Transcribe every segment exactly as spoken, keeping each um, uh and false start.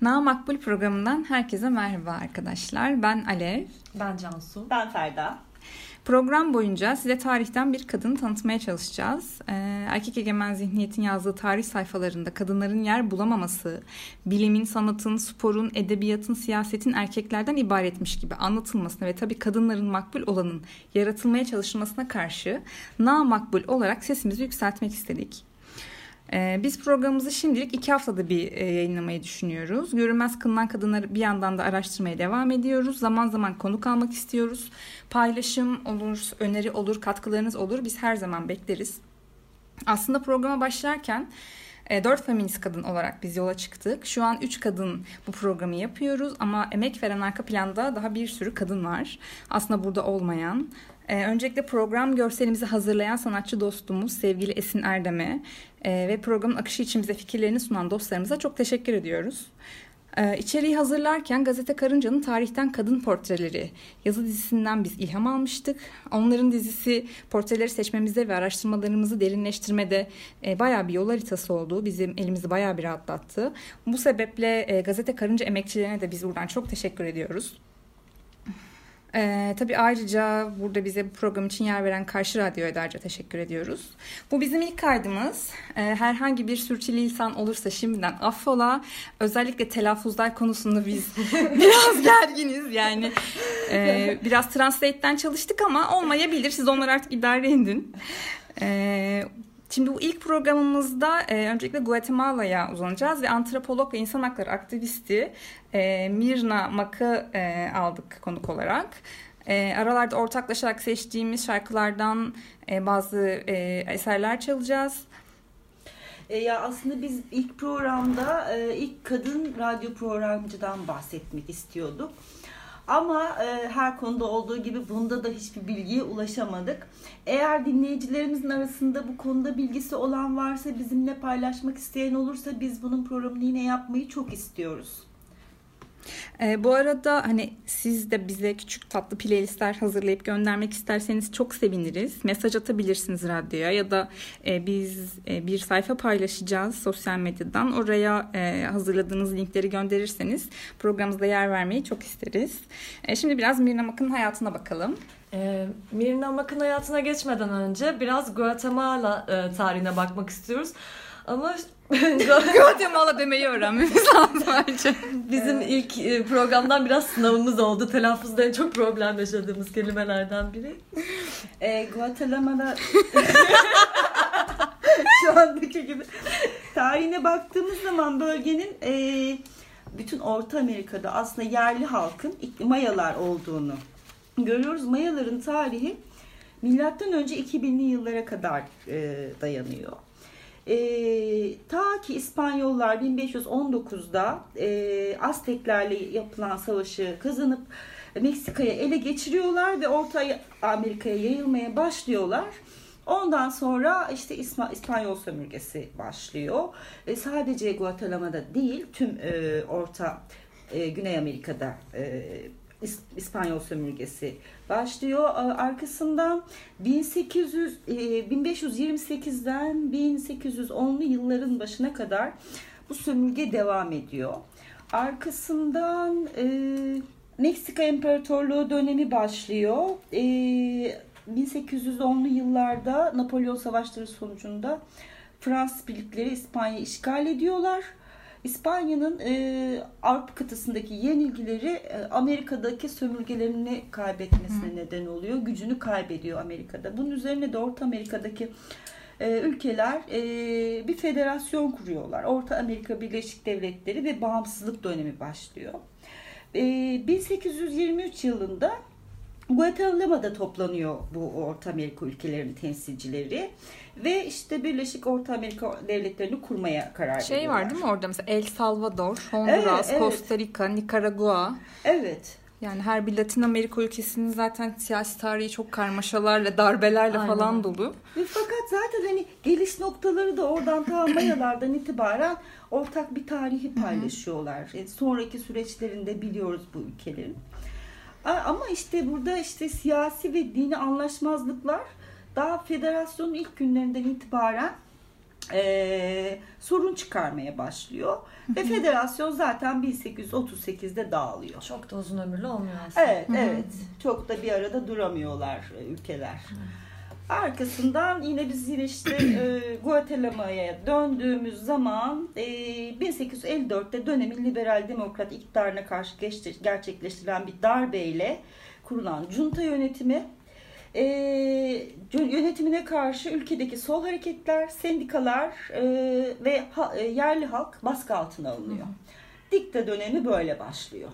Na Makbul programından herkese merhaba arkadaşlar. Ben Alev. Ben Cansu. Ben Ferda. Program boyunca size tarihten bir kadını tanıtmaya çalışacağız. Ee, erkek egemen zihniyetin yazdığı tarih sayfalarında kadınların yer bulamaması, bilimin, sanatın, sporun, edebiyatın, siyasetin erkeklerden ibaretmiş gibi anlatılmasına ve tabii kadınların makbul olanın yaratılmaya çalışılmasına karşı na makbul olarak sesimizi yükseltmek istedik. Biz programımızı şimdilik iki haftada bir yayınlamayı düşünüyoruz. Görünmez kılınan kadınları bir yandan da araştırmaya devam ediyoruz. Zaman zaman konuk almak istiyoruz. Paylaşım olur, öneri olur, katkılarınız olur. Biz her zaman bekleriz. Aslında programa başlarken dört feminist kadın olarak biz yola çıktık. Şu an üç kadın bu programı yapıyoruz ama emek veren arka planda daha bir sürü kadın var. Aslında burada olmayan. Ee, öncelikle program görselimizi hazırlayan sanatçı dostumuz sevgili Esin Erdem'e e, ve programın akışı için bize fikirlerini sunan dostlarımıza çok teşekkür ediyoruz. Ee, içeriği hazırlarken Gazete Karınca'nın Tarihten Kadın Portreleri yazı dizisinden biz ilham almıştık. Onların dizisi portreleri seçmemizde ve araştırmalarımızı derinleştirmede e, bayağı bir yol haritası oldu. Bizim elimizi bayağı bir rahatlattı. Bu sebeple e, Gazete Karınca emekçilerine de biz buradan çok teşekkür ediyoruz. Ee, tabii ayrıca burada bize bu program için yer veren Karşı Radyo'ya da ayrıca teşekkür ediyoruz. Bu bizim ilk kaydımız. Ee, herhangi bir sürçülisan olursa şimdiden affola. Özellikle telaffuzlar konusunda biz biraz gerginiz. Yani e, biraz translate'den çalıştık ama olmayabilir. Siz onları artık idare edin. Ee, Şimdi bu ilk programımızda e, öncelikle Guatemala'ya uzanacağız ve antropolog ve insan hakları aktivisti e, Mirna Mak'ı e, aldık konuk olarak. E, aralarda ortaklaşarak seçtiğimiz şarkılardan e, bazı e, eserler çalacağız. E, ya aslında biz ilk programda e, ilk kadın radyo programcıdan bahsetmek istiyorduk. Ama e, her konuda olduğu gibi bunda da hiçbir bilgiye ulaşamadık. Eğer dinleyicilerimizin arasında bu konuda bilgisi olan varsa, bizimle paylaşmak isteyen olursa biz bunun programını yine yapmayı çok istiyoruz. E, bu arada hani siz de bize küçük tatlı playlistler hazırlayıp göndermek isterseniz çok seviniriz. Mesaj atabilirsiniz radyoya ya da e, biz e, bir sayfa paylaşacağız sosyal medyadan. Oraya e, hazırladığınız linkleri gönderirseniz programımızda yer vermeyi çok isteriz. E, şimdi biraz Mirna Mak'ın hayatına bakalım. E, Mirna Mak'ın hayatına geçmeden önce biraz Guatemala e, tarihine bakmak istiyoruz. Ama Guatemala demeyi öğrenmemiz lazım bence. Bizim evet. ilk programdan biraz sınavımız oldu. Telaffuzda en çok problem yaşadığımız kelimelerden biri. E, Guatemala'da şu andaki gibi tarihine baktığımız zaman bölgenin e, bütün Orta Amerika'da aslında yerli halkın Mayalar olduğunu görüyoruz. Mayaların tarihi milattan önce iki binli yıllara kadar e, dayanıyor. E, ta ki İspanyollar bin beş yüz on dokuzda e, Azteklerle yapılan savaşı kazanıp Meksika'ya ele geçiriyorlar ve Orta Amerika'ya yayılmaya başlıyorlar. Ondan sonra işte İspanyol sömürgesi başlıyor. E, sadece Guatemala'da değil, tüm e, Orta e, Güney Amerika'da e, İspanyol sömürgesi başlıyor. Arkasından bin sekiz yüz, bin beş yüz yirmi sekizden bin sekiz yüz onlu yılların başına kadar bu sömürge devam ediyor. Arkasından e, Meksika İmparatorluğu dönemi başlıyor. E, bin sekiz yüz onlu yıllarda Napolyon Savaşları sonucunda Fransız birlikleri İspanya'yı işgal ediyorlar. İspanya'nın e, Avrupa kıtasındaki yenilgileri e, Amerika'daki sömürgelerini kaybetmesine Hı. neden oluyor. Gücünü kaybediyor Amerika'da. Bunun üzerine de Orta Amerika'daki e, ülkeler e, bir federasyon kuruyorlar. Orta Amerika Birleşik Devletleri ve bağımsızlık dönemi başlıyor. E, bin sekiz yüz yirmi üç yılında Guatemala'da toplanıyor bu Orta Amerika ülkelerinin temsilcileri ve işte Birleşik Orta Amerika Devletleri'ni kurmaya karar şey veriyorlar. Şey var değil mi orada mesela El Salvador, Honduras, evet, Costa Rica, Nikaragua. Evet. Yani her bir Latin Amerika ülkesinin zaten siyasi tarihi çok karmaşalarla, darbelerle Aynen. falan dolu. Ve fakat zaten hani geliş noktaları da oradan ta Mayalardan itibaren ortak bir tarihi paylaşıyorlar. Yani sonraki süreçlerinde biliyoruz bu ülkelerin. Ama işte burada işte siyasi ve dini anlaşmazlıklar daha federasyonun ilk günlerinden itibaren e, sorun çıkarmaya başlıyor. Ve federasyon zaten bin sekiz yüz otuz sekizde dağılıyor. Çok da uzun ömürlü olmuyor aslında. Evet, evet. Çok da bir arada duramıyorlar ülkeler. Arkasından yine biz yine işte e, Guatemala'ya döndüğümüz zaman e, bin sekiz yüz elli dörtte dönemin liberal demokrat iktidarına karşı geçti, gerçekleştirilen bir darbeyle kurulan junta yönetimi e, yönetimine karşı ülkedeki sol hareketler, sendikalar e, ve ha, e, yerli halk baskı altına alınıyor. Dikta dönemi böyle başlıyor.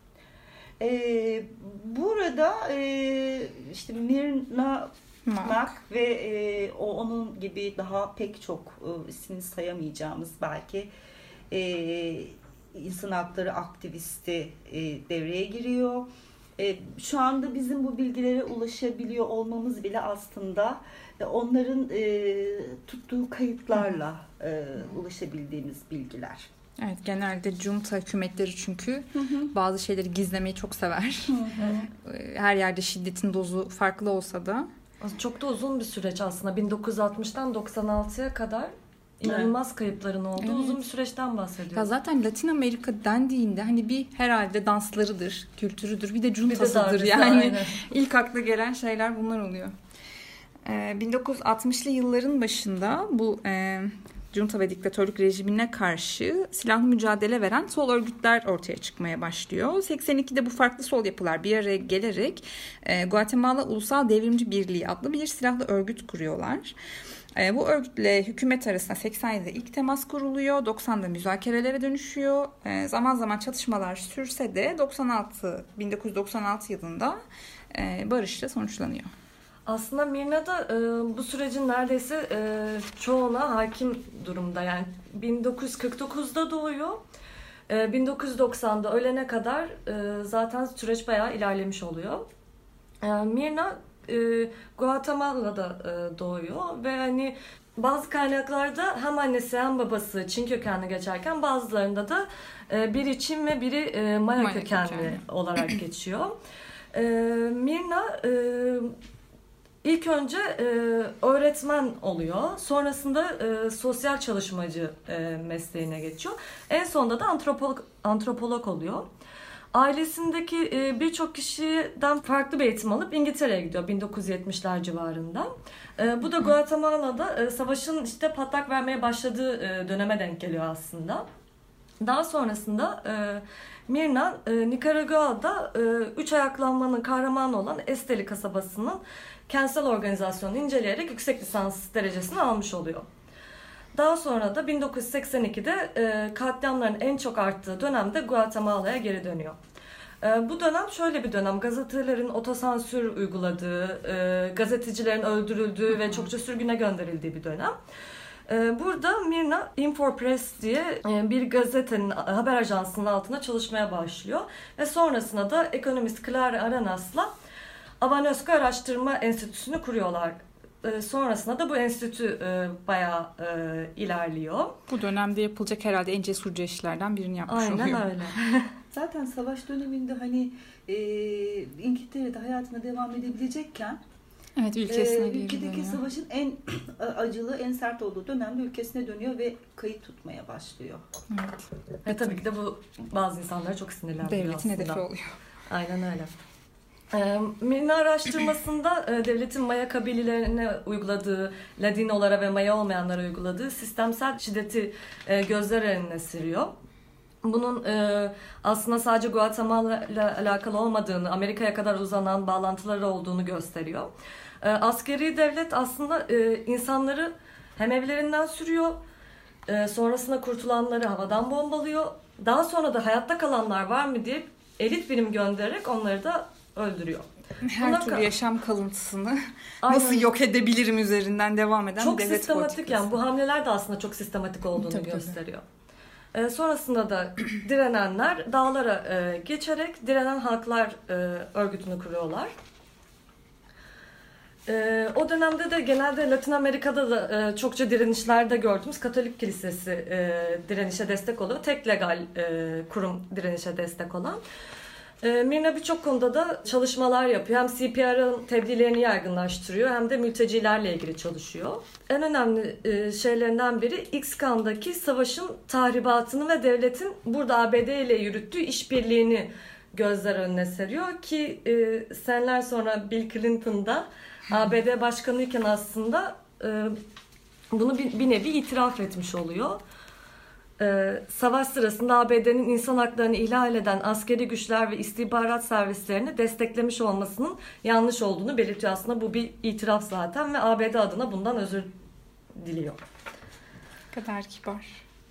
E, burada e, işte Mirna Mack ve e, o onun gibi daha pek çok e, ismini sayamayacağımız belki e, insan hakları aktivisti e, devreye giriyor. E, şu anda bizim bu bilgilere ulaşabiliyor olmamız bile aslında e, onların e, tuttuğu kayıtlarla e, ulaşabildiğimiz bilgiler. Evet, genelde junta hükümetleri çünkü hı hı. bazı şeyleri gizlemeyi çok sever. Hı hı. Her yerde şiddetin dozu farklı olsa da. Çok da uzun bir süreç aslında. bin dokuz yüz altmıştan doksan altıya kadar inanılmaz evet. kayıpların olduğu evet. uzun bir süreçten bahsediyoruz. Ya zaten Latin Amerika dendiğinde hani bir herhalde danslarıdır, kültürüdür, bir de juntasıdır bir de yani. Aynen. İlk akla gelen şeyler bunlar oluyor. Ee, bin dokuz yüz altmışlı yılların başında bu e, junta ve diktatörlük rejimine karşı silahlı mücadele veren sol örgütler ortaya çıkmaya başlıyor. seksen ikide bu farklı sol yapılar bir araya gelerek e, Guatemala Ulusal Devrimci Birliği adlı bir silahlı örgüt kuruyorlar. E, bu örgütle hükümet arasında seksen yedide ilk temas kuruluyor. doksanda müzakerelere dönüşüyor. E, zaman zaman çatışmalar sürse de doksan altı bin dokuz yüz doksan altı yılında e, barışla sonuçlanıyor. Aslında Mirna da e, bu sürecin neredeyse e, çoğuna hakim durumda. Yani bin dokuz yüz kırk dokuzda doğuyor. E, bin dokuz yüz doksanda ölene kadar e, zaten süreç bayağı ilerlemiş oluyor. E, Mirna e, Guatemala'da e, doğuyor ve hani bazı kaynaklarda hem annesi hem babası Çin kökenli geçerken bazılarında da e, biri Çin ve biri e, Maya, Maya kökenli, kökenli olarak geçiyor. E, Mirna e, İlk önce e, öğretmen oluyor. Sonrasında e, sosyal çalışmacı e, mesleğine geçiyor. En sonunda da antropolog, antropolog oluyor. Ailesindeki e, birçok kişiden farklı bir eğitim alıp İngiltere'ye gidiyor bin dokuz yüz yetmişler civarında. E, bu da Guatemala'da e, savaşın işte patlak vermeye başladığı e, döneme denk geliyor aslında. Daha sonrasında e, Mirna e, Nikaragua'da e, üç ayaklanmanın kahramanı olan Esteli kasabasının kentsel organizasyonunu inceleyerek yüksek lisans derecesini almış oluyor. Daha sonra da bin dokuz yüz seksen ikide e, katliamların en çok arttığı dönemde Guatemala'ya geri dönüyor. E, bu dönem şöyle bir dönem. Gazetelerin otosansür uyguladığı, e, gazetecilerin öldürüldüğü ve çokça sürgüne gönderildiği bir dönem. E, burada Mirna Infor Press diye e, bir gazetenin, haber ajansının altında çalışmaya başlıyor. Ve sonrasında da ekonomist Clara Arenas'la Avanosco Araştırma Enstitüsü'nü kuruyorlar. E, sonrasında da bu enstitü e, bayağı e, ilerliyor. Bu dönemde yapılacak herhalde en cesurca işlerden birini yapmış Aynen oluyor. Aynen öyle. Zaten savaş döneminde hani e, İngiltere'de hayatına devam edebilecekken evet, ülkesine e, ülkedeki dönüyor. Savaşın en acılı, en sert olduğu dönemde ülkesine dönüyor ve kayıt tutmaya başlıyor. Evet. Ve tabii ki de bu bazı insanlara çok sinirlendiriyor Devletin aslında. hedefi oluyor. Aynen öyle. E, Mirna araştırmasında e, devletin Maya kabilelerine uyguladığı, Ladinolara ve Maya olmayanlara uyguladığı sistemsel şiddeti e, gözler önüne seriyor. Bunun e, aslında sadece Guatemala ile alakalı olmadığını, Amerika'ya kadar uzanan bağlantıları olduğunu gösteriyor. E, askeri devlet aslında e, insanları hem evlerinden sürüyor, e, sonrasında kurtulanları havadan bombalıyor. Daha sonra da hayatta kalanlar var mı diye elit birim göndererek onları da öldürüyor. Her Buna türlü ka- yaşam kalıntısını Aynen. nasıl yok edebilirim üzerinden devam eden çok bir devlet sistematik politikası. yani bu hamleler de aslında çok sistematik olduğunu Tabii, gösteriyor. Ee, sonrasında da direnenler dağlara e, geçerek direnen halklar e, örgütünü kuruyorlar. E, o dönemde de genelde Latin Amerika'da da e, çokça direnişlerde gördüğümüz Katolik Kilisesi e, direnişe destek oluyor. Tek legal e, kurum direnişe destek olan. E, Mirna birçok konuda da çalışmalar yapıyor. Hem C P R'ın tebliğlerini yaygınlaştırıyor hem de mültecilerle ilgili çalışıyor. En önemli e, şeylerinden biri X-Kan'daki savaşın tahribatını ve devletin burada A B D ile yürüttüğü işbirliğini gözler önüne seriyor ki e, seneler sonra Bill Clinton da A B D başkanıyken aslında e, bunu bir, bir nevi itiraf etmiş oluyor. Ee, savaş sırasında A B D'nin insan haklarını ihlal eden askeri güçler ve istihbarat servislerini desteklemiş olmasının yanlış olduğunu belirtiyor. Aslında bu bir itiraf zaten ve A B D adına bundan özür diliyor. Ne kadar kibar.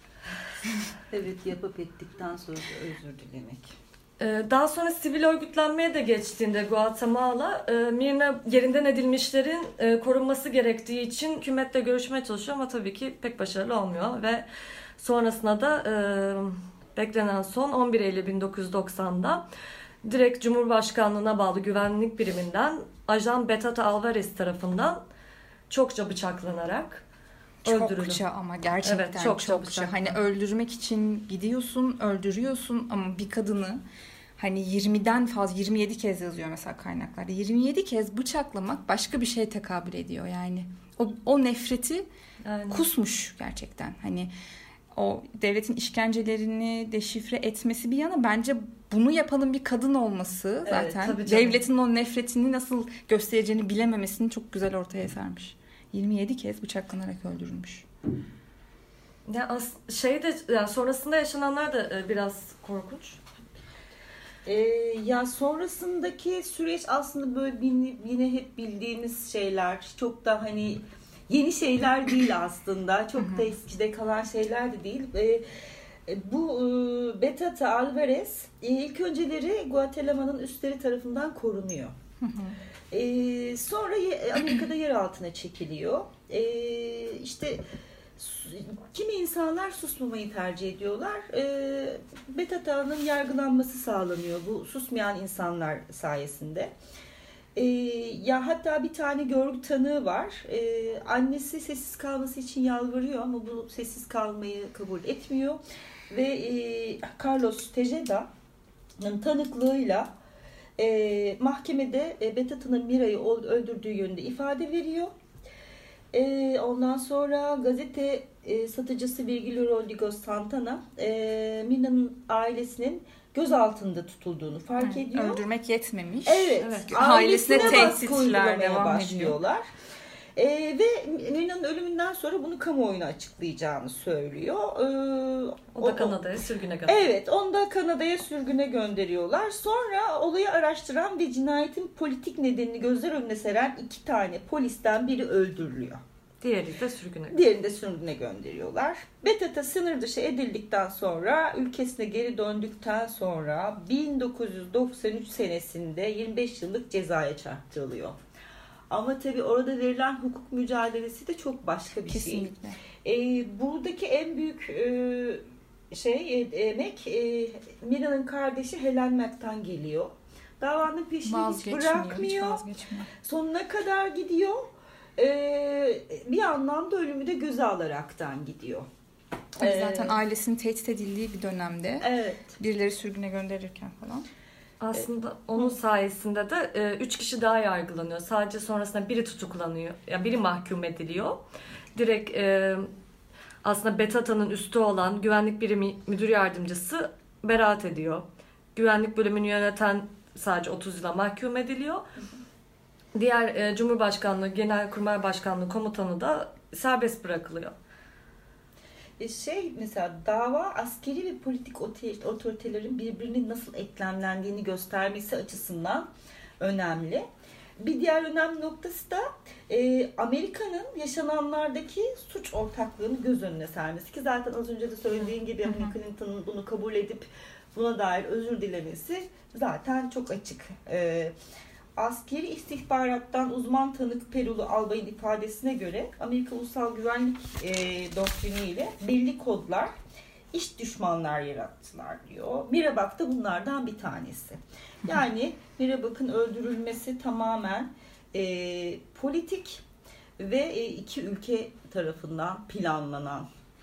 Evet, yapıp ettikten sonra özür dilemek. Ee, daha sonra sivil örgütlenmeye de geçtiğinde Guatemala, e, Mirna yerinden edilmişlerin e, korunması gerektiği için hükümetle görüşmeye çalışıyor ama tabii ki pek başarılı olmuyor ve sonrasında da e, beklenen son on bir Eylül bin dokuz yüz doksan'da direkt Cumhurbaşkanlığına bağlı güvenlik biriminden ajan Betata Alvarez tarafından çokça bıçaklanarak öldürülüyor. Çokça ama gerçekten evet, çokça. çokça. Hani öldürmek için gidiyorsun, öldürüyorsun ama bir kadını hani yirmiden fazla, yirmi yedi kez yazıyor mesela kaynaklarda. yirmi yedi kez bıçaklamak başka bir şeye tekabül ediyor yani. O, o nefreti Aynen. kusmuş gerçekten. Hani o devletin işkencelerini deşifre etmesi bir yana bence bunu yapanın bir kadın olması zaten evet, devletin o nefretini nasıl göstereceğini bilememesini çok güzel ortaya sermiş. yirmi yedi kez bıçaklanarak öldürülmüş. Ya as şey de yani sonrasında yaşananlar da e, biraz korkunç. Ee, ya sonrasındaki süreç aslında böyle yine, yine hep bildiğimiz şeyler, çok da hani yeni şeyler değil aslında, çok da eskide kalan şeyler de değil. Ee, bu e, Betata Alvarez e, ilk önceleri Guatemala'nın üstleri tarafından korunuyor. Ee, sonra Amerika'da yer altına çekiliyor. Ee, işte kimi insanlar susmamayı tercih ediyorlar. Ee, Betata'nın yargılanması sağlanıyor bu susmayan insanlar sayesinde. Ee, ya hatta bir tane görgü tanığı var. Ee, annesi sessiz kalması için yalvarıyor ama bu sessiz kalmayı kabul etmiyor ve e, Carlos Tejeda'nın tanıklığıyla e, mahkemede e, Betata'nın Mira'yı öldürdüğü yönünde ifade veriyor. E, ondan sonra gazete e, satıcısı Virgilio Rodrigo Santana e, Mira'nın ailesinin gözaltında tutulduğunu fark evet, ediyor. Öldürmek yetmemiş. Evet. evet. Ailesine tehditler devam başlıyorlar. Ee, ve Mirna'nın ölümünden sonra bunu kamuoyuna açıklayacağını söylüyor. Ee, o da Kanada'ya sürgüne gönderiyor. Evet, onu da Kanada'ya sürgüne gönderiyorlar. Sonra olayı araştıran ve cinayetin politik nedenini gözler önüne seren iki tane polisten biri öldürülüyor. Diğeri de sürgüne. Diğerini de sürgüne gönderiyor. Betata sınır dışı edildikten sonra, ülkesine geri döndükten sonra bin dokuz yüz doksan üç senesinde yirmi beş yıllık cezaya çarptırılıyor. Ama tabii orada verilen hukuk mücadelesi de çok başka bir Kesinlikle. şey. Ee, buradaki en büyük e, şey emek e, Mira'nın kardeşi Helen Mac'tan geliyor. Davanın peşini hiç bırakmıyor. Hiç sonuna kadar gidiyor. Ee, bir anlamda ölümü de göze alaraktan gidiyor. Ee, zaten ailesinin tehdit edildiği bir dönemde. Evet. Birileri sürgüne gönderirken falan. Aslında evet. onun sayesinde de e, üç kişi daha yargılanıyor. Sadece sonrasında biri tutuklanıyor. Yani biri mahkum ediliyor. Direkt e, aslında Betata'nın üstü olan güvenlik birimi müdür yardımcısı beraat ediyor. Güvenlik bölümünü yöneten sadece otuz yıla mahkum ediliyor. Hı hı. Diğer e, Cumhurbaşkanlığı, Genelkurmay Başkanlığı komutanı da serbest bırakılıyor. Şey mesela dava askeri ve politik otoritelerin birbirine nasıl eklemlendiğini göstermesi açısından önemli. Bir diğer önemli noktası da e, Amerika'nın yaşananlardaki suç ortaklığını göz önüne sermesi ki zaten az önce de söylediğim gibi Clinton'ın bunu kabul edip buna dair özür dilemesi zaten çok açık. E, Askeri istihbarattan uzman tanık Perulu albayın ifadesine göre Amerika Ulusal Güvenlik e, doktrini ile belli kodlar, iş düşmanlar yarattılar diyor. Mirabak da bunlardan bir tanesi. Yani Mirabak'ın öldürülmesi tamamen e, politik ve e, iki ülke tarafından planlanan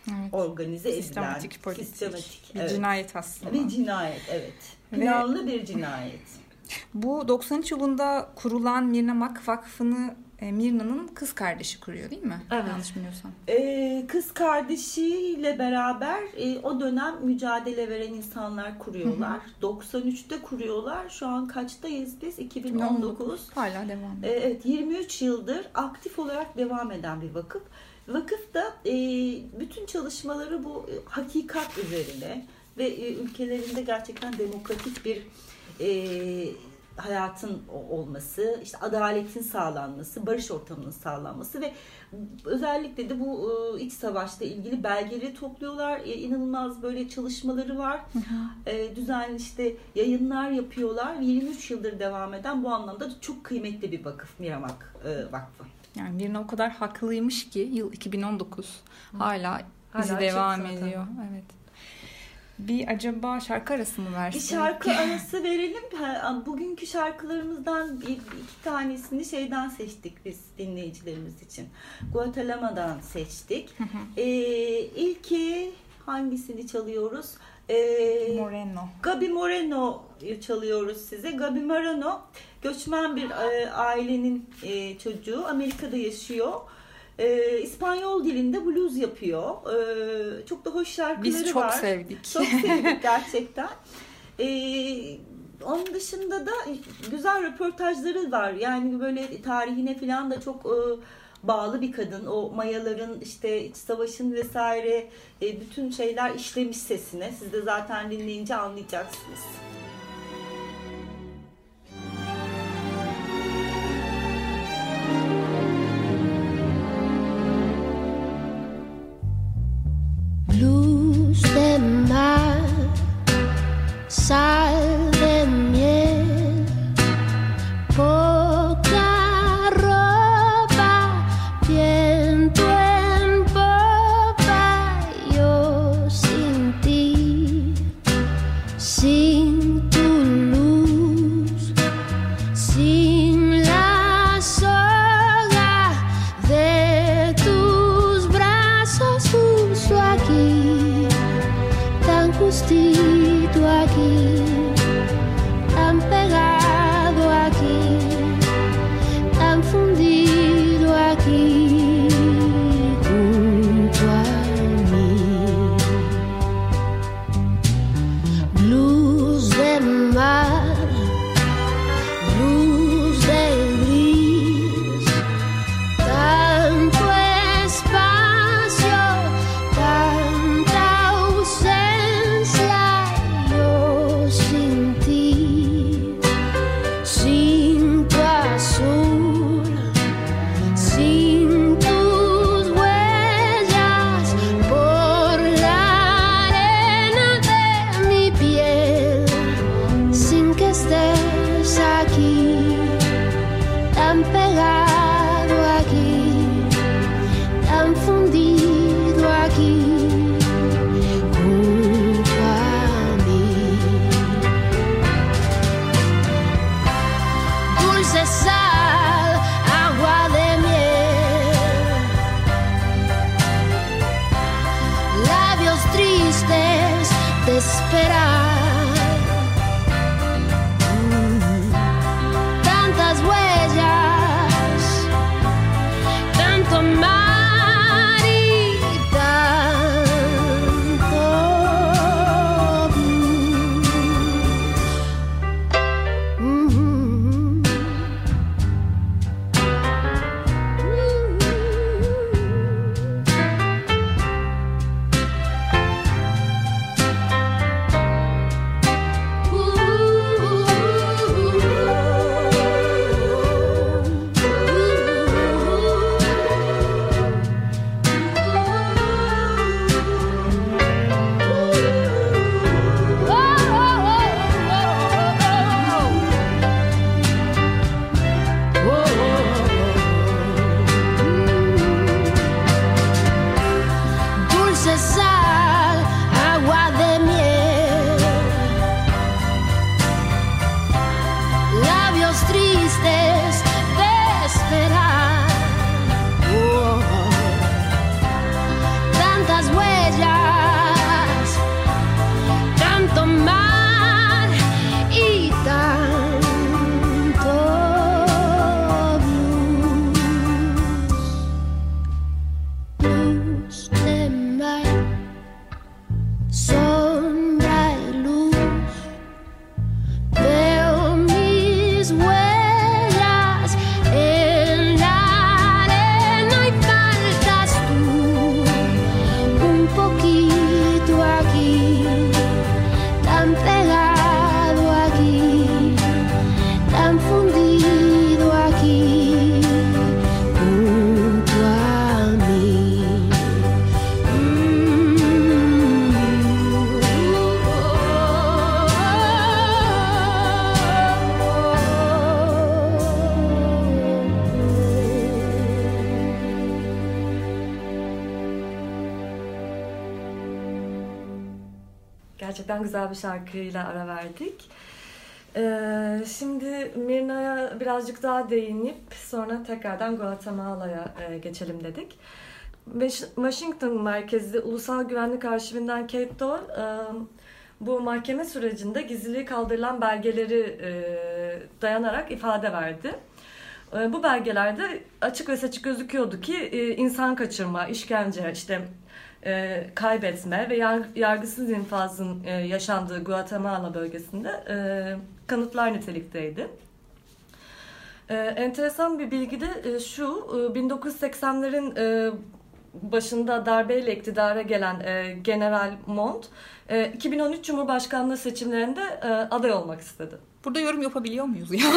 Evet. Organize edilen, sistematik, politik, sistematik bir evet. cinayet aslında. Bir cinayet, evet. Planlı bir cinayet. Bu doksan üç yılında kurulan Myrna Wak Vakfı'nı e, Myrna'nın kız kardeşi kuruyor değil mi? Evet. Yanlış bilmiyorsam. Ee, kız kardeşiyle beraber e, o dönem mücadele veren insanlar kuruyorlar. Hı hı. doksan üçte kuruyorlar. Şu an kaçtayız biz? iki bin on dokuz. Hala devam ediyor. Ee, evet, yirmi üç yıldır aktif olarak devam eden bir vakıf. Vakıf da e, bütün çalışmaları bu e, hakikat üzerine ve e, ülkelerinde gerçekten demokratik bir e, hayatın olması, işte adaletin sağlanması, barış ortamının sağlanması ve özellikle de bu e, iç savaşla ilgili belgeleri topluyorlar. E, inanılmaz böyle çalışmaları var. Hı hı. E, düzenli işte yayınlar yapıyorlar. yirmi üç yıldır devam eden bu anlamda çok kıymetli bir vakıf Myrna Wak e, Vakfı. Yani Myrna o kadar haklıymış ki yıl iki bin on dokuz hala bizi hala devam ediyor. Evet. Bir acaba şarkı arası mı versek? Bir şarkı arası verelim. Bugünkü şarkılarımızdan bir, iki tanesini şeyden seçtik biz dinleyicilerimiz için. Guatemala'dan seçtik. Hı hı. Ee, ilki hangisini çalıyoruz? Ee, Moreno. Gaby Moreno'yu çalıyoruz size. Gaby Moreno göçmen bir e, ailenin e, çocuğu. Amerika'da yaşıyor. Ee, İspanyol dilinde blues yapıyor. Ee, çok da hoş şarkıları var. Biz çok var. sevdik. Çok sevdik gerçekten. Ee, onun dışında da güzel röportajları var. Yani böyle tarihine falan da çok e, bağlı bir kadın. O Mayaların işte iç savaşın vesaire e, bütün şeyler işlemiş sesine. Siz de zaten dinleyince anlayacaksınız. De mar, sal de miel, poca ropa, viento en popa, yo sin ti, sin tu luz, sin la soga de tus brazos justo aquí. Justito aquí, tan pegado aquí, tan fundido aquí, junto a mí. Luz de mar, luz de gris, tanto espacio, tanta ausencia. Sin ti, sin tu azul, sin tus huellas por la arena de mi piel, sin que estés aquí, tan pegado aquí, tan fundido aquí. Sal, agua de miel, labios tristes de esperar, tantas huellas, tanto mar y tanto gerçekten güzel bir şarkıyla ara verdik. Ee, şimdi Mirna'ya birazcık daha değinip sonra tekrardan Guatemala'ya e, geçelim dedik. Washington merkezli Ulusal Güvenlik Arşivinden Kate Doyle e, bu mahkeme sürecinde gizliliği kaldırılan belgeleri e, dayanarak ifade verdi. E, bu belgelerde açık ve seçik gözüküyordu ki e, insan kaçırma, işkence, işte e, kaybetme ve yar, yargısız infazın e, yaşandığı Guatemala bölgesinde e, kanıtlar nitelikteydi. E, enteresan bir bilgi de e, şu, e, bin dokuz yüz seksenlerin e, başında darbeyle iktidara gelen e, General Montt, e, iki bin on üç Cumhurbaşkanlığı seçimlerinde e, aday olmak istedi. Burada yorum yapabiliyor muyuz ya?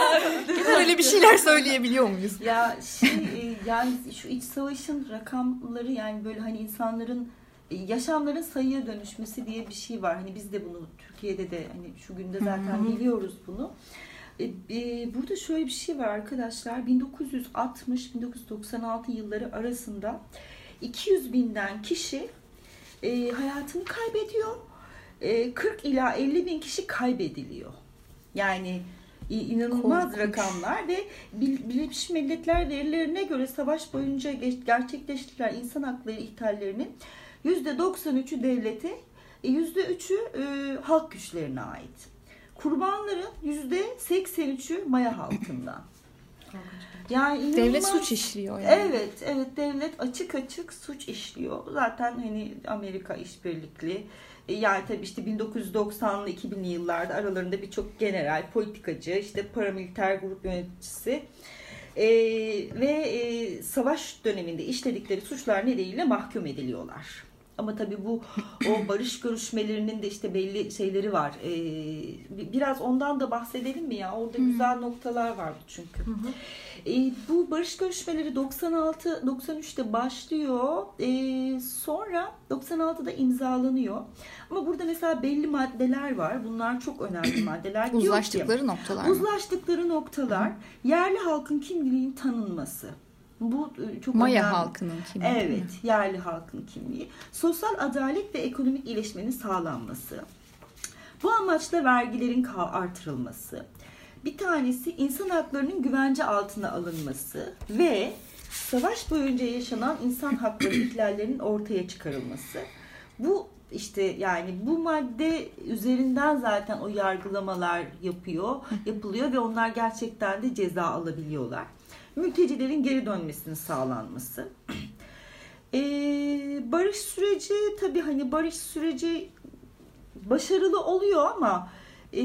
Öyle bir şeyler söyleyebiliyor muyuz? Ya şey e, yani şu iç savaşın rakamları, yani böyle hani insanların e, yaşamların sayıya dönüşmesi diye bir şey var. Hani biz de bunu Türkiye'de de hani şu günde zaten biliyoruz bunu. E, e, burada şöyle bir şey var arkadaşlar. bin dokuz yüz altmış bin dokuz yüz doksan altı yılları arasında iki yüz binden kişi e, hayatını kaybediyor. E, kırk ila elli bin kişi kaybediliyor. Yani inanılmaz korkunç rakamlar ve Birleşmiş Milletler verilerine göre savaş boyunca gerçekleştirilen insan hakları ihlallerinin yüzde doksan üçü devlete, yüzde üçü e, halk güçlerine ait. Kurbanların yüzde seksen üçü Maya halkından. Yani inanılmaz, devlet suç işliyor yani. Evet, evet, devlet açık açık suç işliyor. Zaten hani Amerika işbirlikli. Yani tabii işte bin dokuz yüz doksanlı iki binli yıllarda aralarında birçok general, politikacı, işte paramiliter grup yöneticisi ee, ve e, savaş döneminde işledikleri suçlar nedeniyle mahkum ediliyorlar. Ama tabii bu o barış görüşmelerinin de işte belli şeyleri var. Ee, biraz ondan da bahsedelim mi ya? Orada güzel noktalar var çünkü. Hı hı. Ee, bu barış görüşmeleri doksan altı doksan üçte başlıyor. Ee, sonra doksan altıda imzalanıyor. Ama burada mesela belli maddeler var. Bunlar çok önemli maddeler. Uzlaştıkları noktalar mı? Uzlaştıkları noktalar. Hı. Yerli halkın kimliğinin tanınması. Bu çok Maya önemli. halkının kimliği. Evet, yerli halkın kimliği. Sosyal adalet ve ekonomik iyileşmenin sağlanması. Bu amaçla vergilerin artırılması. Bir tanesi insan haklarının güvence altına alınması ve savaş boyunca yaşanan insan hakları ihlallerinin ortaya çıkarılması. Bu işte yani bu madde üzerinden zaten o yargılamalar yapıyor, yapılıyor ve onlar gerçekten de ceza alabiliyorlar. Mültecilerin geri dönmesinin sağlanması. Ee, barış süreci tabii hani barış süreci başarılı oluyor ama e,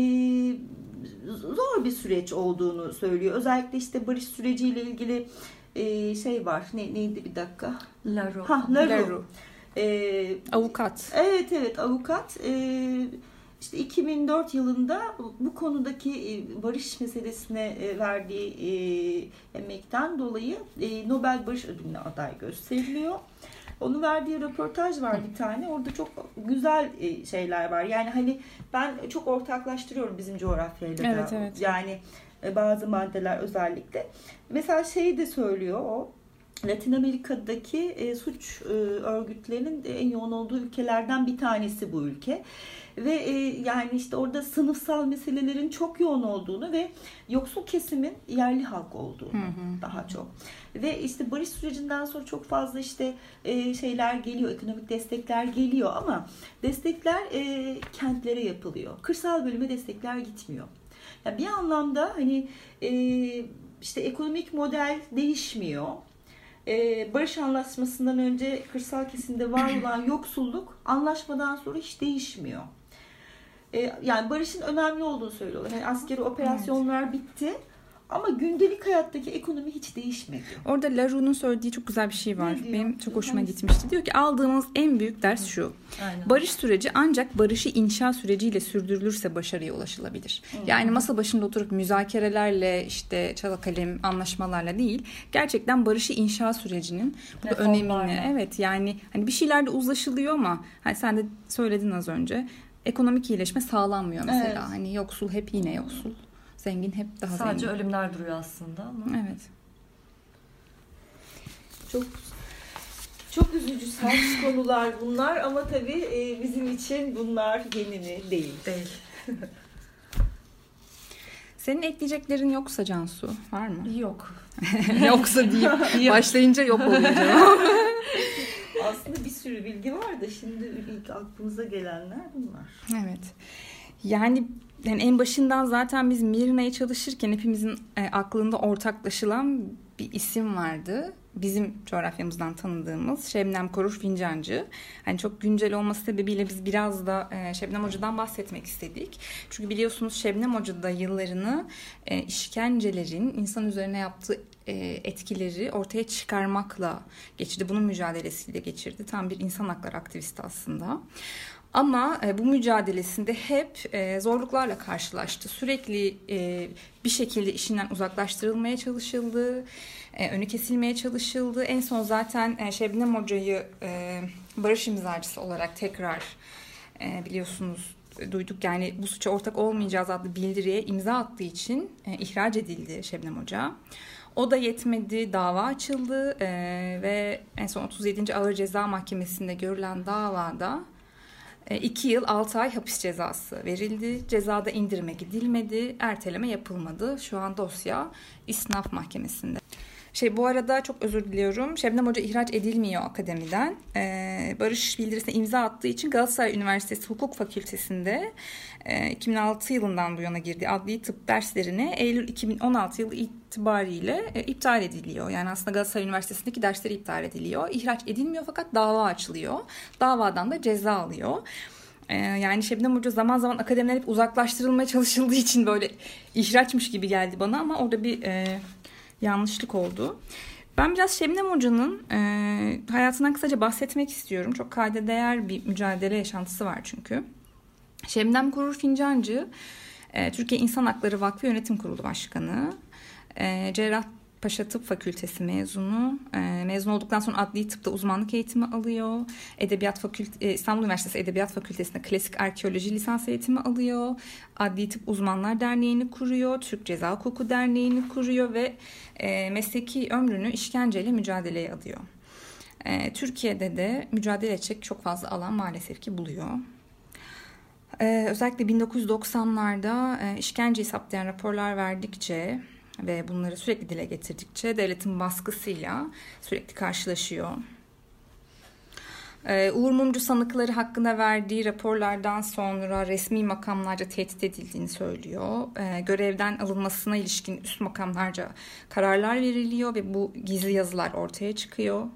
zor bir süreç olduğunu söylüyor. Özellikle işte barış süreciyle ilgili e, şey var. Ne, neydi bir dakika? Laru. Ha, Laru. Laru. Ee, avukat. Evet evet avukat. Ee, işte iki bin dört yılında bu konudaki barış meselesine verdiği emekten dolayı Nobel Barış Ödülü'ne aday gösteriliyor. Onun verdiği röportaj var bir tane. Orada çok güzel şeyler var. Yani hani ben çok ortaklaştırıyorum bizim coğrafyayla da. Evet, evet. Yani bazı maddeler özellikle. Mesela şeyi de söylüyor o. Latin Amerika'daki e, suç e, örgütlerinin en yoğun olduğu ülkelerden bir tanesi bu ülke. Ve e, yani işte orada sınıfsal meselelerin çok yoğun olduğunu ve yoksul kesimin yerli halk olduğunu hı hı. daha çok. Ve işte barış sürecinden sonra çok fazla işte e, şeyler geliyor, ekonomik destekler geliyor ama destekler e, kentlere yapılıyor. Kırsal bölüme destekler gitmiyor. Yani bir anlamda hani e, işte ekonomik model değişmiyor. Ee, barış anlaşmasından önce kırsal kesimde var olan yoksulluk anlaşmadan sonra hiç değişmiyor. Ee, yani barışın önemli olduğunu söylüyorlar. Yani askeri operasyonlar evet. bitti ama gündelik hayattaki ekonomi hiç değişmedi. Orada Larou'nun söylediği çok güzel bir şey var. Benim çok hoşuma Hangisi? gitmişti. Diyor ki aldığımız en büyük ders şu. Aynen. Barış süreci ancak barışı inşa süreciyle sürdürülürse başarıya ulaşılabilir. Hı. Yani masa başında oturup müzakerelerle işte çalakalem anlaşmalarla değil, gerçekten barışı inşa sürecinin bu da önemini. Evet yani hani bir şeylerde uzlaşılıyor ama hani sen de söyledin az önce ekonomik iyileşme sağlanmıyor mesela. Evet. Hani yoksul hep yine yoksul. Zengin hep daha Sadece zengin. Sadece ölümler duruyor aslında ama. Evet. Çok Çok üzücü sert konular bunlar ama tabii e, bizim için bunlar yeni mi? Değil. Değil. Senin ekleyeceklerin yoksa Cansu, var mı? Yok. Yoksa deyip başlayınca yok oluyor cevap. Aslında bir sürü bilgi var da şimdi ilk aklımıza gelenler bunlar. Evet. Yani, yani en başından zaten biz Mirna'yı çalışırken hepimizin e, aklında ortaklaşılan bir isim vardı. Bizim coğrafyamızdan tanıdığımız Şebnem Korur Fincancı. Hani çok güncel olması sebebiyle biz biraz da e, Şebnem Hoca'dan bahsetmek istedik. Çünkü biliyorsunuz Şebnem Hoca da yıllarını e, işkencelerin insan üzerine yaptığı e, etkileri ortaya çıkarmakla geçirdi. Bunun mücadelesiyle geçirdi. Tam bir insan hakları aktivisti aslında. Ama e, bu mücadelesinde hep e, zorluklarla karşılaştı. Sürekli e, bir şekilde işinden uzaklaştırılmaya çalışıldı, e, önü kesilmeye çalışıldı. En son zaten e, Şebnem Hoca'yı e, barış imzacısı olarak tekrar e, biliyorsunuz e, duyduk. Yani bu suça ortak olmayacağız adlı bildiriye imza attığı için e, ihraç edildi Şebnem Hoca. O da yetmedi, dava açıldı e, ve en son otuz yedinci Ağır Ceza Mahkemesi'nde görülen davada iki yıl altı ay hapis cezası verildi. Cezada indirime gidilmedi, erteleme yapılmadı. Şu an dosya İstinaf Mahkemesi'nde. Şey bu arada çok özür diliyorum. Şebnem Hoca ihraç edilmiyor akademiden. Ee, barış bildirisine imza attığı için Galatasaray Üniversitesi Hukuk Fakültesi'nde e, iki bin altı yılından bu yana girdiği adli tıp derslerine Eylül iki bin on altı yılı itibariyle e, iptal ediliyor. Yani aslında Galatasaray Üniversitesi'ndeki dersleri iptal ediliyor. İhraç edilmiyor fakat dava açılıyor. Davadan da ceza alıyor. Ee, yani Şebnem Hoca zaman zaman akademiden hep uzaklaştırılmaya çalışıldığı için böyle ihraçmış gibi geldi bana ama orada bir e, yanlışlık oldu. Ben biraz Şebnem Hoca'nın e, hayatından kısaca bahsetmek istiyorum. Çok kayda değer bir mücadele yaşantısı var çünkü. Şebnem Korur Fincancı, e, Türkiye İnsan Hakları Vakfı Yönetim Kurulu Başkanı, e, Cerrahpaşa Tıp Fakültesi mezunu. E, mezun olduktan sonra adli tıpta uzmanlık eğitimi alıyor. Edebiyat Fakülte, e, İstanbul Üniversitesi Edebiyat Fakültesi'nde klasik arkeoloji lisans eğitimi alıyor. Adli Tıp Uzmanlar Derneği'ni kuruyor. Türk Ceza Hukuku Derneği'ni kuruyor ve e, mesleki ömrünü işkenceyle mücadeleye adıyor. E, Türkiye'de de mücadele edecek çok fazla alan maalesef ki buluyor. Ee, özellikle bin dokuz yüz doksanlarda e, işkenceyi saptayan raporlar verdikçe ve bunları sürekli dile getirdikçe devletin baskısıyla sürekli karşılaşıyor. Ee, Uğur Mumcu sanıkları hakkında verdiği raporlardan sonra resmi makamlarca tehdit edildiğini söylüyor. Ee, görevden alınmasına ilişkin üst makamlarca kararlar veriliyor ve bu gizli yazılar ortaya çıkıyor.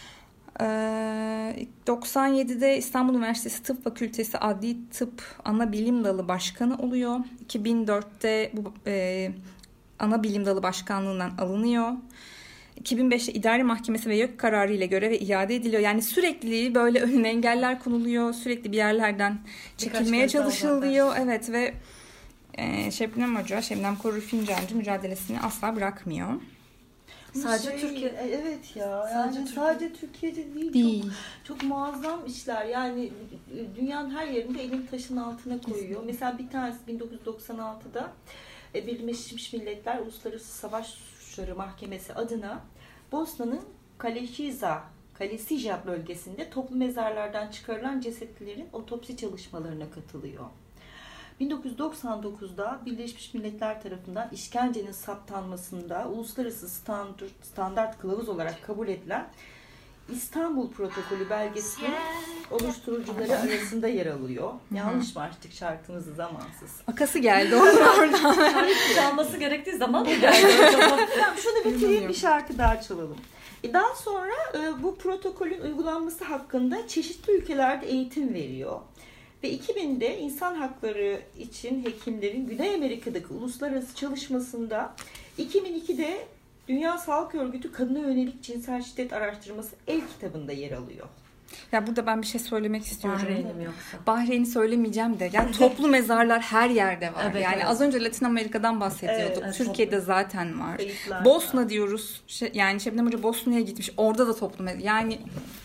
doksan yedide İstanbul Üniversitesi Tıp Fakültesi Adli Tıp Ana Bilim Dalı Başkanı oluyor. iki bin dörtte bu e, Ana Bilim Dalı Başkanlığından alınıyor. iki bin beşte İdari Mahkemesi ve YÖK kararı ile göreve iade ediliyor. Yani sürekli böyle önüne engeller konuluyor. Sürekli bir yerlerden çekilmeye çalışılıyor. Evet ve e, Şebnem Hoca, Şebnem Korur Fincancı mücadelesini asla bırakmıyor. Sadece şey, Türkiye. Evet ya. Sadece yani Türkiye. sadece Türkiye'de değil. değil. Çok, çok muazzam işler. Yani dünyanın her yerinde elini taşın altına koyuyor. Mesela bir tanesi bin dokuz yüz doksan altıda Birleşmiş Milletler Uluslararası Savaş Suçları Mahkemesi adına Bosna'nın Kalesica, Kalesica bölgesinde toplu mezarlardan çıkarılan cesetlerin otopsi çalışmalarına katılıyor. bin dokuz yüz doksan dokuzda Birleşmiş Milletler tarafından işkencenin saptanmasında uluslararası standart, standart kılavuz olarak kabul edilen İstanbul Protokolü belgesinin oluşturucuları arasında yer alıyor. Yanlış mı açtık şarkımızı zamansız? Akası geldi onun oradan. Çalması gerektiği zaman mı geldi? Tamam, şunu bitireyim bir şarkı daha çalalım. Daha sonra bu protokolün uygulanması hakkında çeşitli ülkelerde eğitim veriyor. Ve iki binde insan hakları için hekimlerin Güney Amerika'daki uluslararası çalışmasında iki bin ikide Dünya Sağlık Örgütü Kadına Yönelik Cinsel Şiddet Araştırması el kitabında yer alıyor. Ya burada ben bir şey söylemek istiyorum. Bahreyn'i mi yoksa? Bahreyn'i söylemeyeceğim de. Yani toplu mezarlar her yerde var. Evet, yani evet. az önce Latin Amerika'dan bahsediyorduk. Evet, evet, Türkiye'de toplu. zaten var. Kayıtlar Bosna var. diyoruz. Şey, yani Şebnem Hoca Bosna'ya gitmiş. Orada da toplu mezar. Yani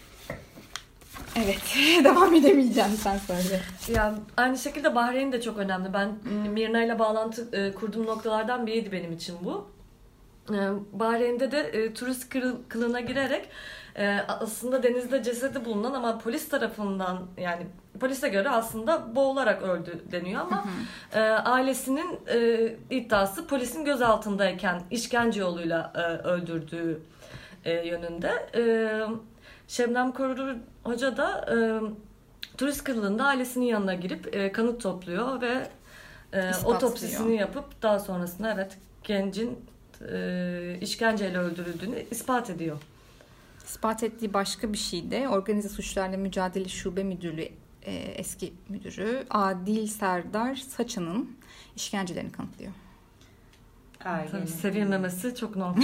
evet. Devam edemeyeceğim, sen söyle. Ya aynı şekilde Bahreyn de çok önemli. Ben Mirna ile bağlantı e, kurduğum noktalardan biriydi benim için bu. E, Bahreyn'de de e, turist kılığına girerek e, aslında denizde cesedi bulunan ama polis tarafından, yani polise göre aslında boğularak öldü deniyor ama e, ailesinin e, iddiası polisin gözaltındayken işkence yoluyla e, öldürdüğü e, yönünde. E, Şebnem Korur Hoca da e, turist kılığında ailesinin yanına girip e, kanıt topluyor ve e, otopsisini yapıp daha sonrasında evet gencin e, işkenceyle öldürüldüğünü ispat ediyor. İspat ettiği başka bir şey de Organize Suçlarla Mücadele Şube Müdürlüğü e, eski müdürü Adil Serdar Saçan'ın işkencelerini kanıtlıyor. Tabii sevilmemesi çok normal.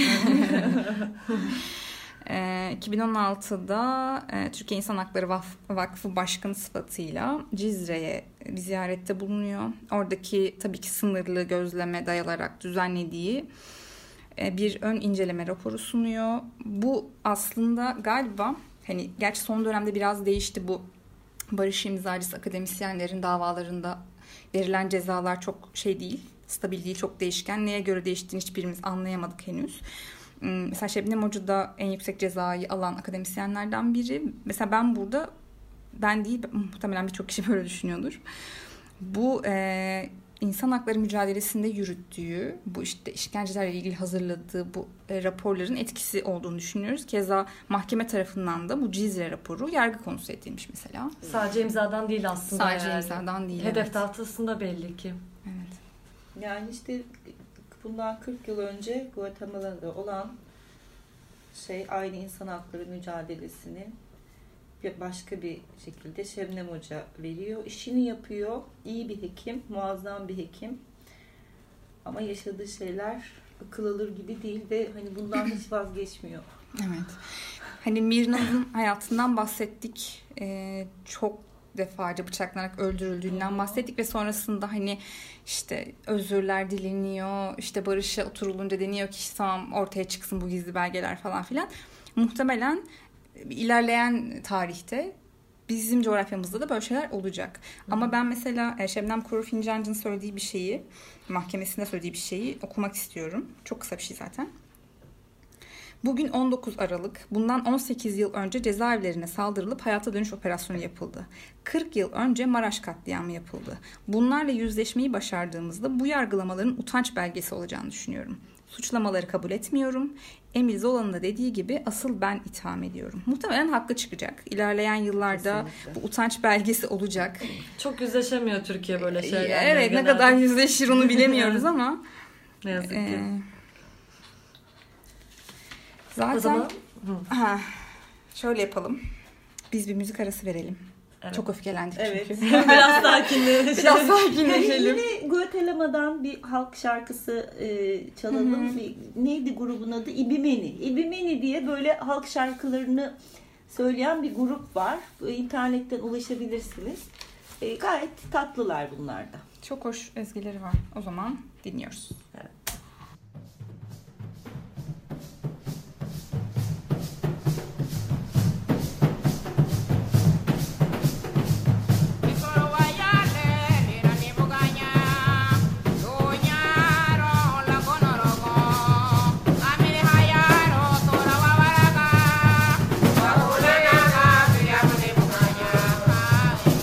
e, iki bin on altıda e, Türkiye İnsan Hakları Vakfı Başkanı sıfatıyla Cizre'ye bir ziyarette bulunuyor. Oradaki tabii ki sınırlı gözleme dayalarak düzenlediği bir ön inceleme raporu sunuyor. Bu aslında galiba hani gerçi son dönemde biraz değişti, bu barış imzacısı akademisyenlerin davalarında verilen cezalar çok şey değil, stabil değil, çok değişken. Neye göre değiştiğini hiçbirimiz anlayamadık henüz. Mesela Şebnem Hoca da en yüksek cezayı alan akademisyenlerden biri. Mesela ben burada, ben değil muhtemelen birçok kişi böyle düşünüyordur. Bu e, İnsan hakları mücadelesinde yürüttüğü, bu işte işkencelerle ilgili hazırladığı bu e, raporların etkisi olduğunu düşünüyoruz. Keza mahkeme tarafından da bu Cizre raporu yargı konusu edilmiş mesela. Sadece imzadan değil aslında. Sadece yani. imzadan değil. Hedef evet. tahtasında belli ki. Evet. Yani işte bundan kırk yıl önce Guatemala'da olan şey aynı insan hakları mücadelesini başka bir şekilde Şebnem Hoca veriyor. İşini yapıyor. İyi bir hekim, muazzam bir hekim. Ama yaşadığı şeyler akıl alır gibi değil ve hani bundan hiç vazgeçmiyor. Evet. Hani Mirna'nın hayatından bahsettik. Ee, çok defaca bıçaklanarak öldürüldüğünden bahsettik ve sonrasında hani işte özürler dileniyor, işte barışa oturulunca deniyor ki işte tamam ortaya çıksın bu gizli belgeler falan filan. Muhtemelen ilerleyen tarihte bizim coğrafyamızda da böyle şeyler olacak. Hı. Ama ben mesela Şebnem Korur Fincancı'nın söylediği bir şeyi, mahkemesinde söylediği bir şeyi okumak istiyorum. Çok kısa bir şey zaten. Bugün on dokuz Aralık, bundan on sekiz yıl önce cezaevlerine saldırılıp hayata dönüş operasyonu yapıldı. kırk yıl önce Maraş katliamı yapıldı. Bunlarla yüzleşmeyi başardığımızda bu yargılamaların utanç belgesi olacağını düşünüyorum. Suçlamaları kabul etmiyorum. Emil Zola'nın da dediği gibi asıl ben itham ediyorum. Muhtemelen haklı çıkacak. İlerleyen yıllarda kesinlikle bu utanç belgesi olacak. Çok yüzleşemiyor Türkiye böyle şeylerle. Evet, genelde. Ne kadar yüzleşir onu bilemiyoruz ama. Ne yazık ki. E, zaten o zaman, ha, şöyle yapalım. Biz bir müzik arası verelim. Evet. Çok öfkelendik evet. çünkü. Biraz sakinleşelim. Biraz sakinleşelim. Yine Guatemala'dan bir halk şarkısı e, çalalım. Hı hı. Neydi grubun adı? İbimeni. İbimeni diye böyle halk şarkılarını söyleyen bir grup var. İnternetten ulaşabilirsiniz. E, gayet tatlılar bunlar da. Çok hoş ezgileri var. O zaman dinliyoruz. Evet.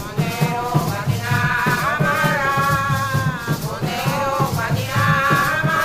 Bandera,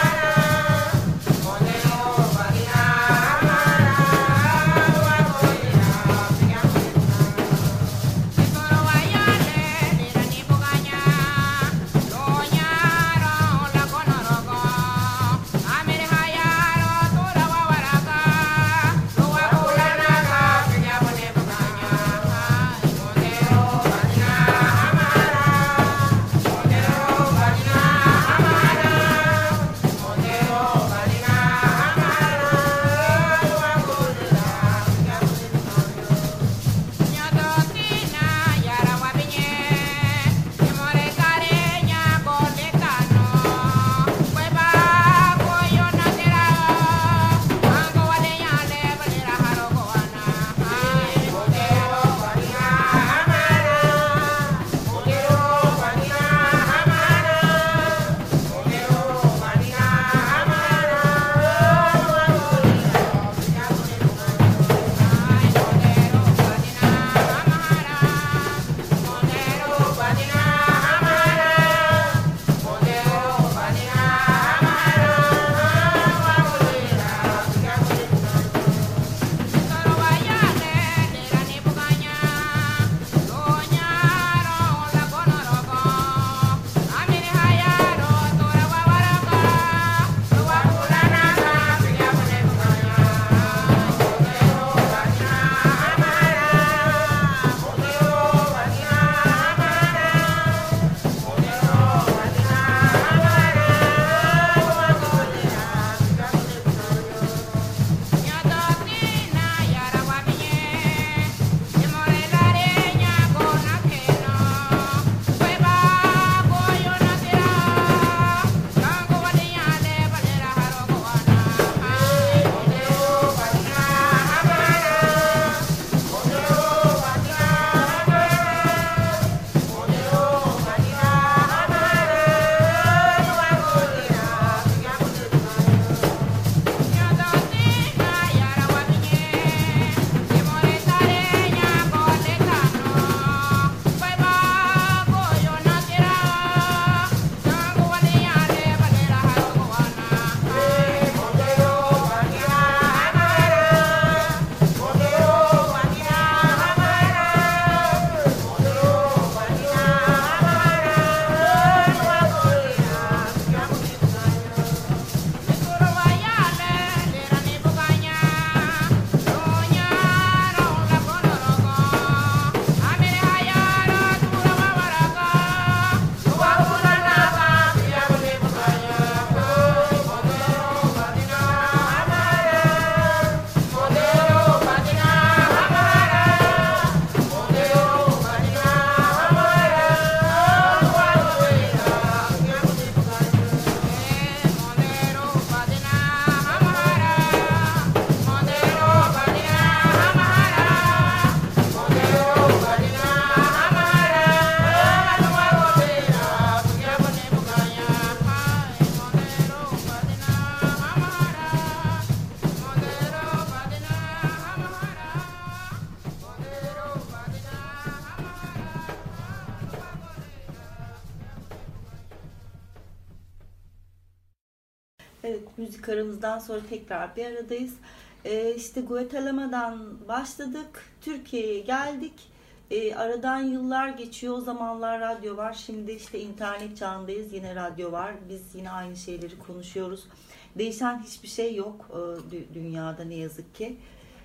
Evet, müzik aramızdan sonra tekrar bir aradayız. Ee, işte Guatemala'dan başladık, Türkiye'ye geldik. Ee, aradan yıllar geçiyor, o zamanlar radyo var. Şimdi işte internet çağındayız, yine radyo var. Biz yine aynı şeyleri konuşuyoruz. Değişen hiçbir şey yok e, dünyada ne yazık ki.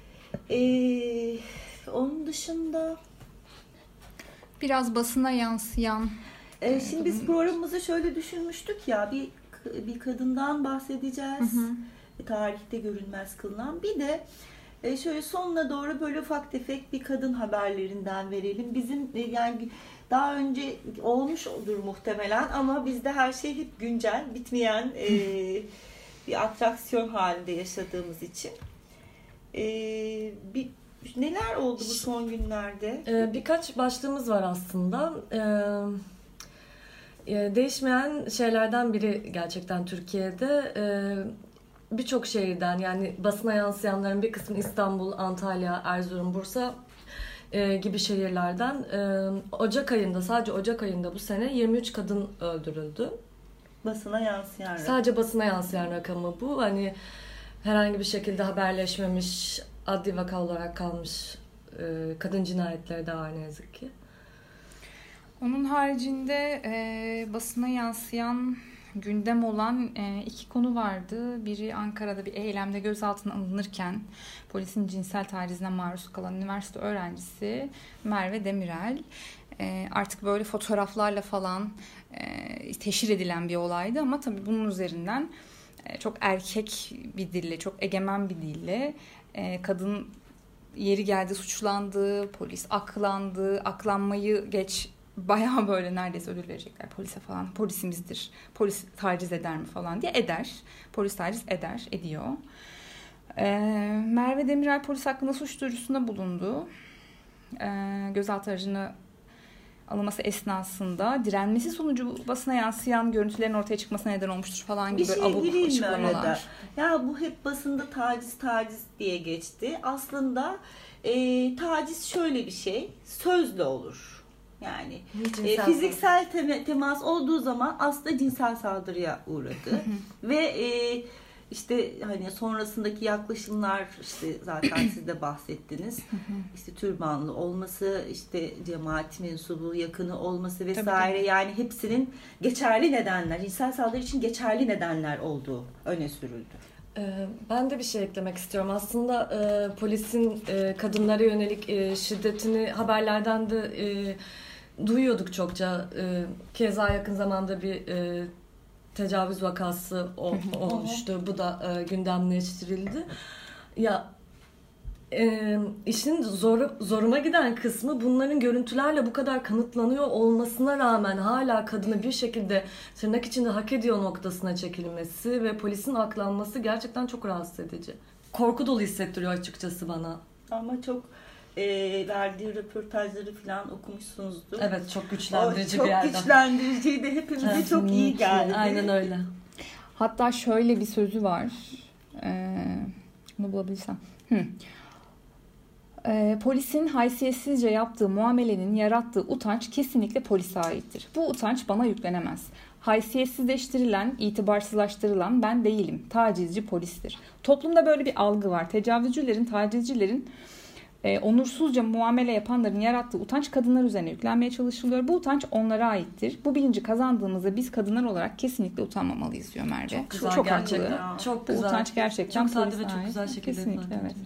Ee, onun dışında... Biraz basına yansıyan... Ee, şimdi biz programımızı şöyle düşünmüştük ya, bir bir kadından bahsedeceğiz. Hı hı. Tarihte görünmez kılınan. Bir de e, şöyle sonuna doğru böyle ufak tefek bir kadın haberlerinden verelim. Bizim e, yani daha önce olmuştur muhtemelen ama bizde her şey hep güncel, bitmeyen e, bir atraksiyon halinde yaşadığımız için. E, bir neler oldu bu son günlerde? Ee, birkaç başlığımız var aslında. Ee, Değişmeyen şeylerden biri gerçekten Türkiye'de. Birçok şehirden, yani basına yansıyanların bir kısmı İstanbul, Antalya, Erzurum, Bursa gibi şehirlerden Ocak ayında, sadece Ocak ayında bu sene yirmi üç kadın öldürüldü. Basına yansıyan rakam. Sadece basına yansıyan rakamı bu. Hani herhangi bir şekilde haberleşmemiş, adli vaka olarak kalmış kadın cinayetleri de var ne yazık ki. Onun haricinde e, basına yansıyan, gündem olan e, iki konu vardı. Biri Ankara'da bir eylemde gözaltına alınırken polisin cinsel tacizine maruz kalan üniversite öğrencisi Merve Demirel. E, artık böyle fotoğraflarla falan e, teşhir edilen bir olaydı ama tabii bunun üzerinden e, çok erkek bir dille, çok egemen bir dille e, kadın yeri geldi suçlandı, polis aklandı, aklanmayı geç... Bayağı böyle neredeyse ödül verecekler polise falan. Polisimizdir. Polis taciz eder mi falan diye eder. Polis taciz eder, ediyor. Ee, Merve Demirel polis hakkında suç duyurusunda bulundu. Ee, gözaltı aracını alınması esnasında direnmesi sonucu basına yansıyan görüntülerin ortaya çıkmasına neden olmuştur falan gibi şey abuk açıklamalar. Ya bu hep basında taciz taciz diye geçti. Aslında e, taciz şöyle bir şey. Sözle olur. Yani e, fiziksel tem- temas olduğu zaman aslında cinsel saldırıya uğradı. Ve e, işte hani sonrasındaki yaklaşımlar, işte zaten siz de bahsettiniz. İşte türbanlı olması, işte cemaat mensubu yakını olması vesaire, tabii, yani hepsinin geçerli nedenler, cinsel saldırı için geçerli nedenler olduğu öne sürüldü. Ben de bir şey eklemek istiyorum. Aslında e, polisin e, kadınlara yönelik e, şiddetini haberlerden de e, duyuyorduk çokça. E, keza yakın zamanda bir e, tecavüz vakası o, olmuştu. Bu da e, gündemleştirildi. Ya e, işin zoru, zoruma giden kısmı, bunların görüntülerle bu kadar kanıtlanıyor olmasına rağmen hala kadını bir şekilde tırnak içinde hak ediyor noktasına çekilmesi ve polisin aklanması gerçekten çok rahatsız edici. Korku dolu hissettiriyor açıkçası bana. Ama çok e, verdiği röportajları falan okumuşsunuzdur. Evet, çok güçlendirici o, çok bir yerden. Çok güçlendiriciydi. Hepimize evet, çok iyi geldi. Aynen öyle. Hatta şöyle bir sözü var. Ee, bunu bulabilirsem. Hı. Ee, polisin haysiyetsizce yaptığı muamelenin yarattığı utanç kesinlikle polise aittir. Bu utanç bana yüklenemez. Haysiyetsizleştirilen, itibarsızlaştırılan ben değilim. Tacizci polistir. Toplumda böyle bir algı var. Tecavüzcülerin, tacizcilerin, e, onursuzca muamele yapanların yarattığı utanç kadınlar üzerine yüklenmeye çalışılıyor. Bu utanç onlara aittir. Bu bilinci kazandığımızda biz kadınlar olarak kesinlikle utanmamalıyız diyor Merve. Çok güzel, çok gerçekten. Haklı. Çok Bu güzel. utanç gerçekten çok sade ve çok güzel şekilde kesinlikle evet.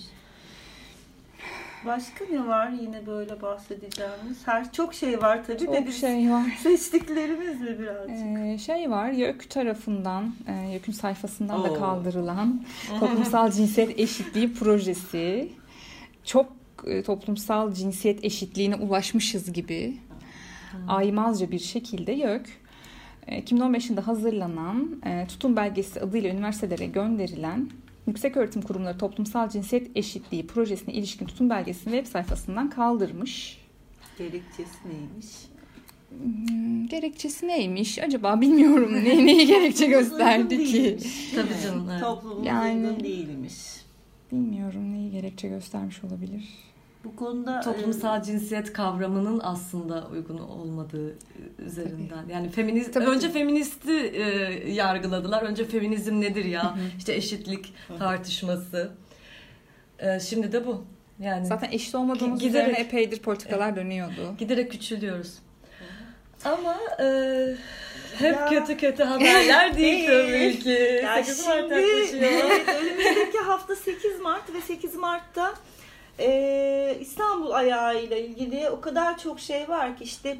Başka ne var yine böyle bahsedeceğimiz? Her çok şey var tabii çok de biz şey var. Seçtiklerimiz mi birazcık? Ee, şey var, YÖK tarafından, e, YÖK'ün sayfasından Oo. da kaldırılan toplumsal cinsiyet eşitliği projesi. Çok e, toplumsal cinsiyet eşitliğine ulaşmışız gibi hmm. aymazca bir şekilde YÖK e, iki bin on beş yılında hazırlanan e, tutum belgesi adıyla üniversitelere gönderilen Yükseköğretim Kurumları Toplumsal Cinsiyet Eşitliği projesine ilişkin tutum belgesini web sayfasından kaldırmış. Gerekçesi neymiş? Hmm, gerekçesi neymiş? Acaba bilmiyorum. ne, neyi gerekçe gösterdi ki? Tabii canım. Evet. Toplumun yani, uygun değilmiş. Bilmiyorum neyi gerekçe göstermiş olabilir. Bu konuda toplumsal e, cinsiyet kavramının aslında uygun olmadığı üzerinden. Yani feminist Tabii önce ki. feministi e, yargıladılar. Önce feminizm nedir ya? İşte eşitlik tartışması. E, şimdi de bu. Yani Zaten eşit olmadığımız Giderek- üzerine epeydir politikalar dönüyordu. giderek küçülüyoruz. Ama e, hep Ya. kötü kötü haberler değil tabii ki. Ya sekiz Mart şimdi yaklaşıyor. evet, önümüzdeki hafta sekiz Mart ve sekiz Mart'ta e, İstanbul ayağıyla ilgili o kadar çok şey var ki işte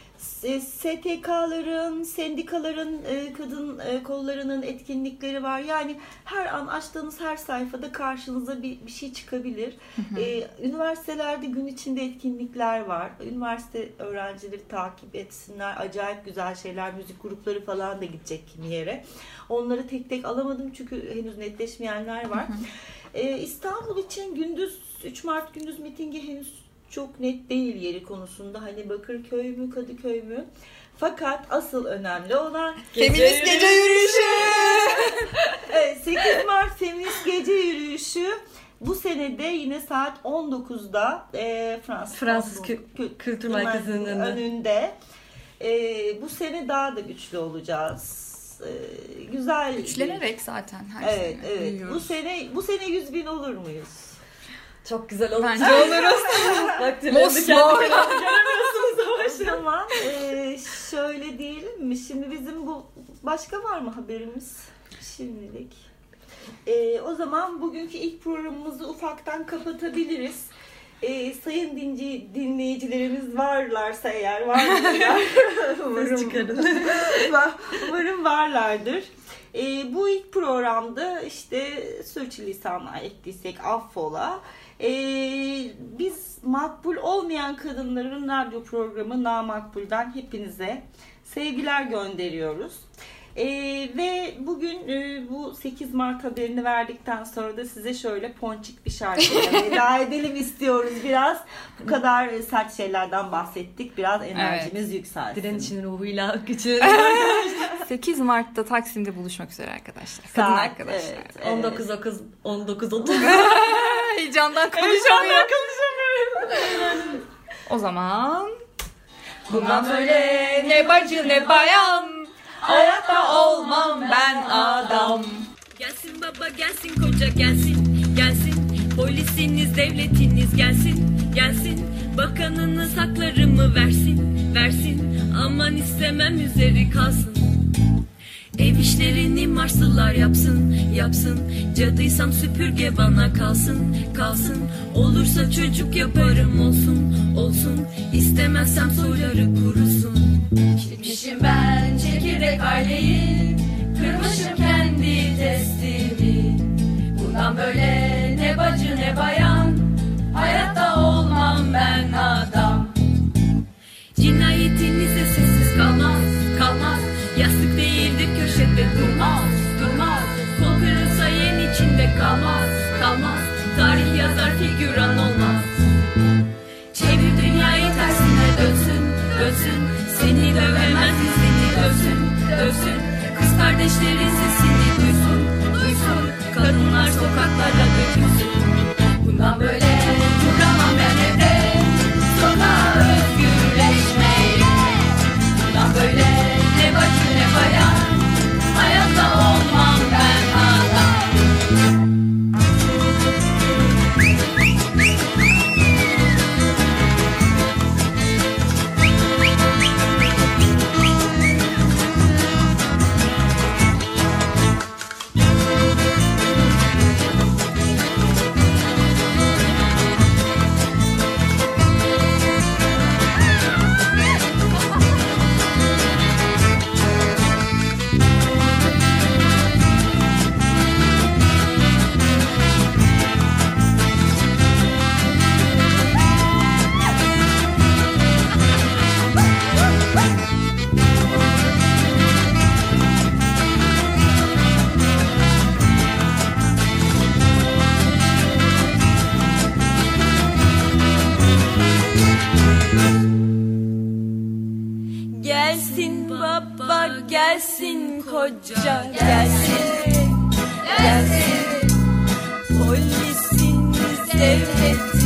S T K'ların, sendikaların, e, kadın e, kollarının etkinlikleri var. Yani her an açtığınız her sayfada karşınıza bir, bir şey çıkabilir. E, üniversitelerde gün içinde etkinlikler var. Üniversite öğrencileri takip etsinler. Acayip güzel şeyler, müzik grupları falan da gidecek kimi yere. Onları tek tek alamadım çünkü henüz netleşmeyenler var. E, İstanbul için gündüz üç Mart gündüz mitingi henüz çok net değil yeri konusunda. Hani Bakırköy mü, Kadıköy mü? Fakat asıl önemli olan Feminist gece yürüyüşü. evet, sekiz Mart Feminist Gece Yürüyüşü. Bu sene de yine saat on dokuzda e, Fransız, Fransız Kü- Kü- Kültür Merkezi'nin önünde. önünde. E, bu sene daha da güçlü olacağız. E, güzel. Güçlenerek zaten her Evet, sene evet. büyüyoruz. Bu sene bu sene yüz bin olur muyuz? Çok güzel olmuş. Bence oluruz. Bak tüylerini Mosmor. kendi kendine göremiyorsunuz ama O şu an. zaman e, şöyle diyelim mi? Şimdi bizim bu başka var mı haberimiz şimdilik? E, o zaman bugünkü ilk programımızı ufaktan kapatabiliriz. E, sayın dinci, dinleyicilerimiz varlarsa eğer varlar. umarım, çıkarın. umarım varlardır. E, bu ilk programda işte sürçülisanlar ettiysek affola. E, biz makbul olmayan kadınların radyo programı Namakbul'den hepinize sevgiler gönderiyoruz. E, ve bugün e, bu sekiz Mart haberini verdikten sonra da size şöyle ponçik bir şarkıyla veda edelim istiyoruz biraz. Bu kadar sert şeylerden bahsettik. Biraz enerjimiz yükselsin. Direnişin ruhuyla gücü. sekiz Mart'ta Taksim'de buluşmak üzere arkadaşlar. Kadın Saat, arkadaşlar. evet, evet. on dokuz otuz on dokuz otuz Heyecandan konuşamıyorum. O zaman bundan böyle ne bacı ne bayan, hayatta olmam ben adam. Gelsin baba gelsin koca gelsin gelsin polisiniz devletiniz gelsin gelsin bakanınız haklarımı versin versin aman istemem üzeri kalsın. Ev işlerini Marslılar yapsın yapsın cadıysam süpürge bana kalsın kalsın olursa çocuk yaparım olsun olsun istemezsem soyları kurusun. Gitmişim ben çekirdek aileyi kırmışım kendi testimi bundan böyle ne bacı ne bayan hayatta olmam ben adam. Cinayetinize sessiz kalmaz kalmaz yastık değildir köşede durmaz durmaz kol kırılsa yen içinde kalmaz kalmaz tarih yazar figüran olmaz. Çevir dünyayı tersine dönsün dönsün seni dövemez seni dövsün dövsün kız kardeşlerin sesini duysun duysun kadınlar sokaklara dökülsün. Bundan böyle duramam ben evde sonra özgürleşmeyle bundan böyle ne bacı ne bayan hayatta olmam ben adam. Gelsin baba gelsin koca gelsin gelsin polisiniz devletin